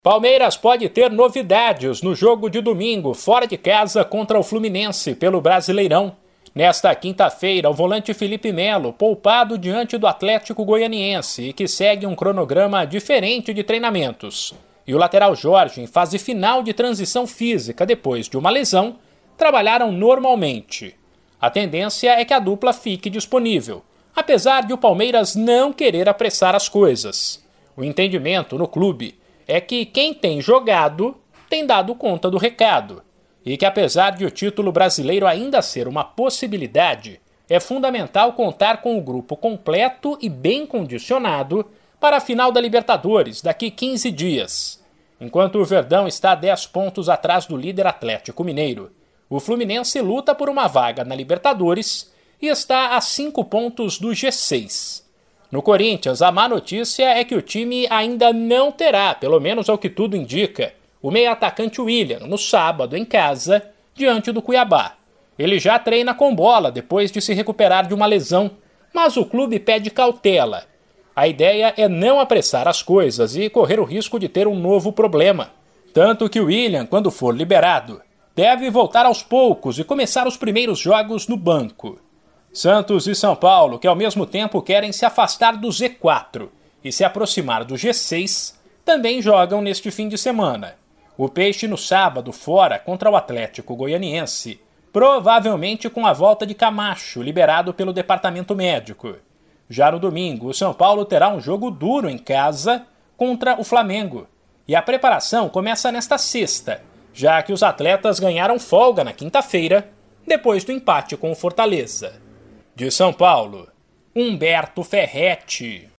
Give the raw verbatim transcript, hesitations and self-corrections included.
Palmeiras pode ter novidades no jogo de domingo, fora de casa contra o Fluminense, pelo Brasileirão. Nesta quinta-feira, o volante Felipe Melo, poupado diante do Atlético Goianiense e que segue um cronograma diferente de treinamentos. E o lateral Jorge, em fase final de transição física depois de uma lesão, trabalharam normalmente. A tendência é que a dupla fique disponível, apesar de o Palmeiras não querer apressar as coisas. O entendimento no clube é que quem tem jogado tem dado conta do recado, e que apesar de o título brasileiro ainda ser uma possibilidade, é fundamental contar com o grupo completo e bem condicionado para a final da Libertadores daqui quinze dias. Enquanto o Verdão está dez pontos atrás do líder Atlético Mineiro, o Fluminense luta por uma vaga na Libertadores e está a cinco pontos do G seis. No Corinthians, a má notícia é que o time ainda não terá, pelo menos ao que tudo indica, o meio-atacante William, no sábado, em casa, diante do Cuiabá. Ele já treina com bola depois de se recuperar de uma lesão, mas o clube pede cautela. A ideia é não apressar as coisas e correr o risco de ter um novo problema. Tanto que o William, quando for liberado, deve voltar aos poucos e começar os primeiros jogos no banco. Santos e São Paulo, que ao mesmo tempo querem se afastar do Z quatro e se aproximar do G seis, também jogam neste fim de semana. O Peixe no sábado, fora, contra o Atlético Goianiense, provavelmente com a volta de Camacho, liberado pelo departamento médico. Já no domingo, o São Paulo terá um jogo duro em casa contra o Flamengo. E a preparação começa nesta sexta, já que os atletas ganharam folga na quinta-feira, depois do empate com o Fortaleza. De São Paulo, Humberto Ferretti.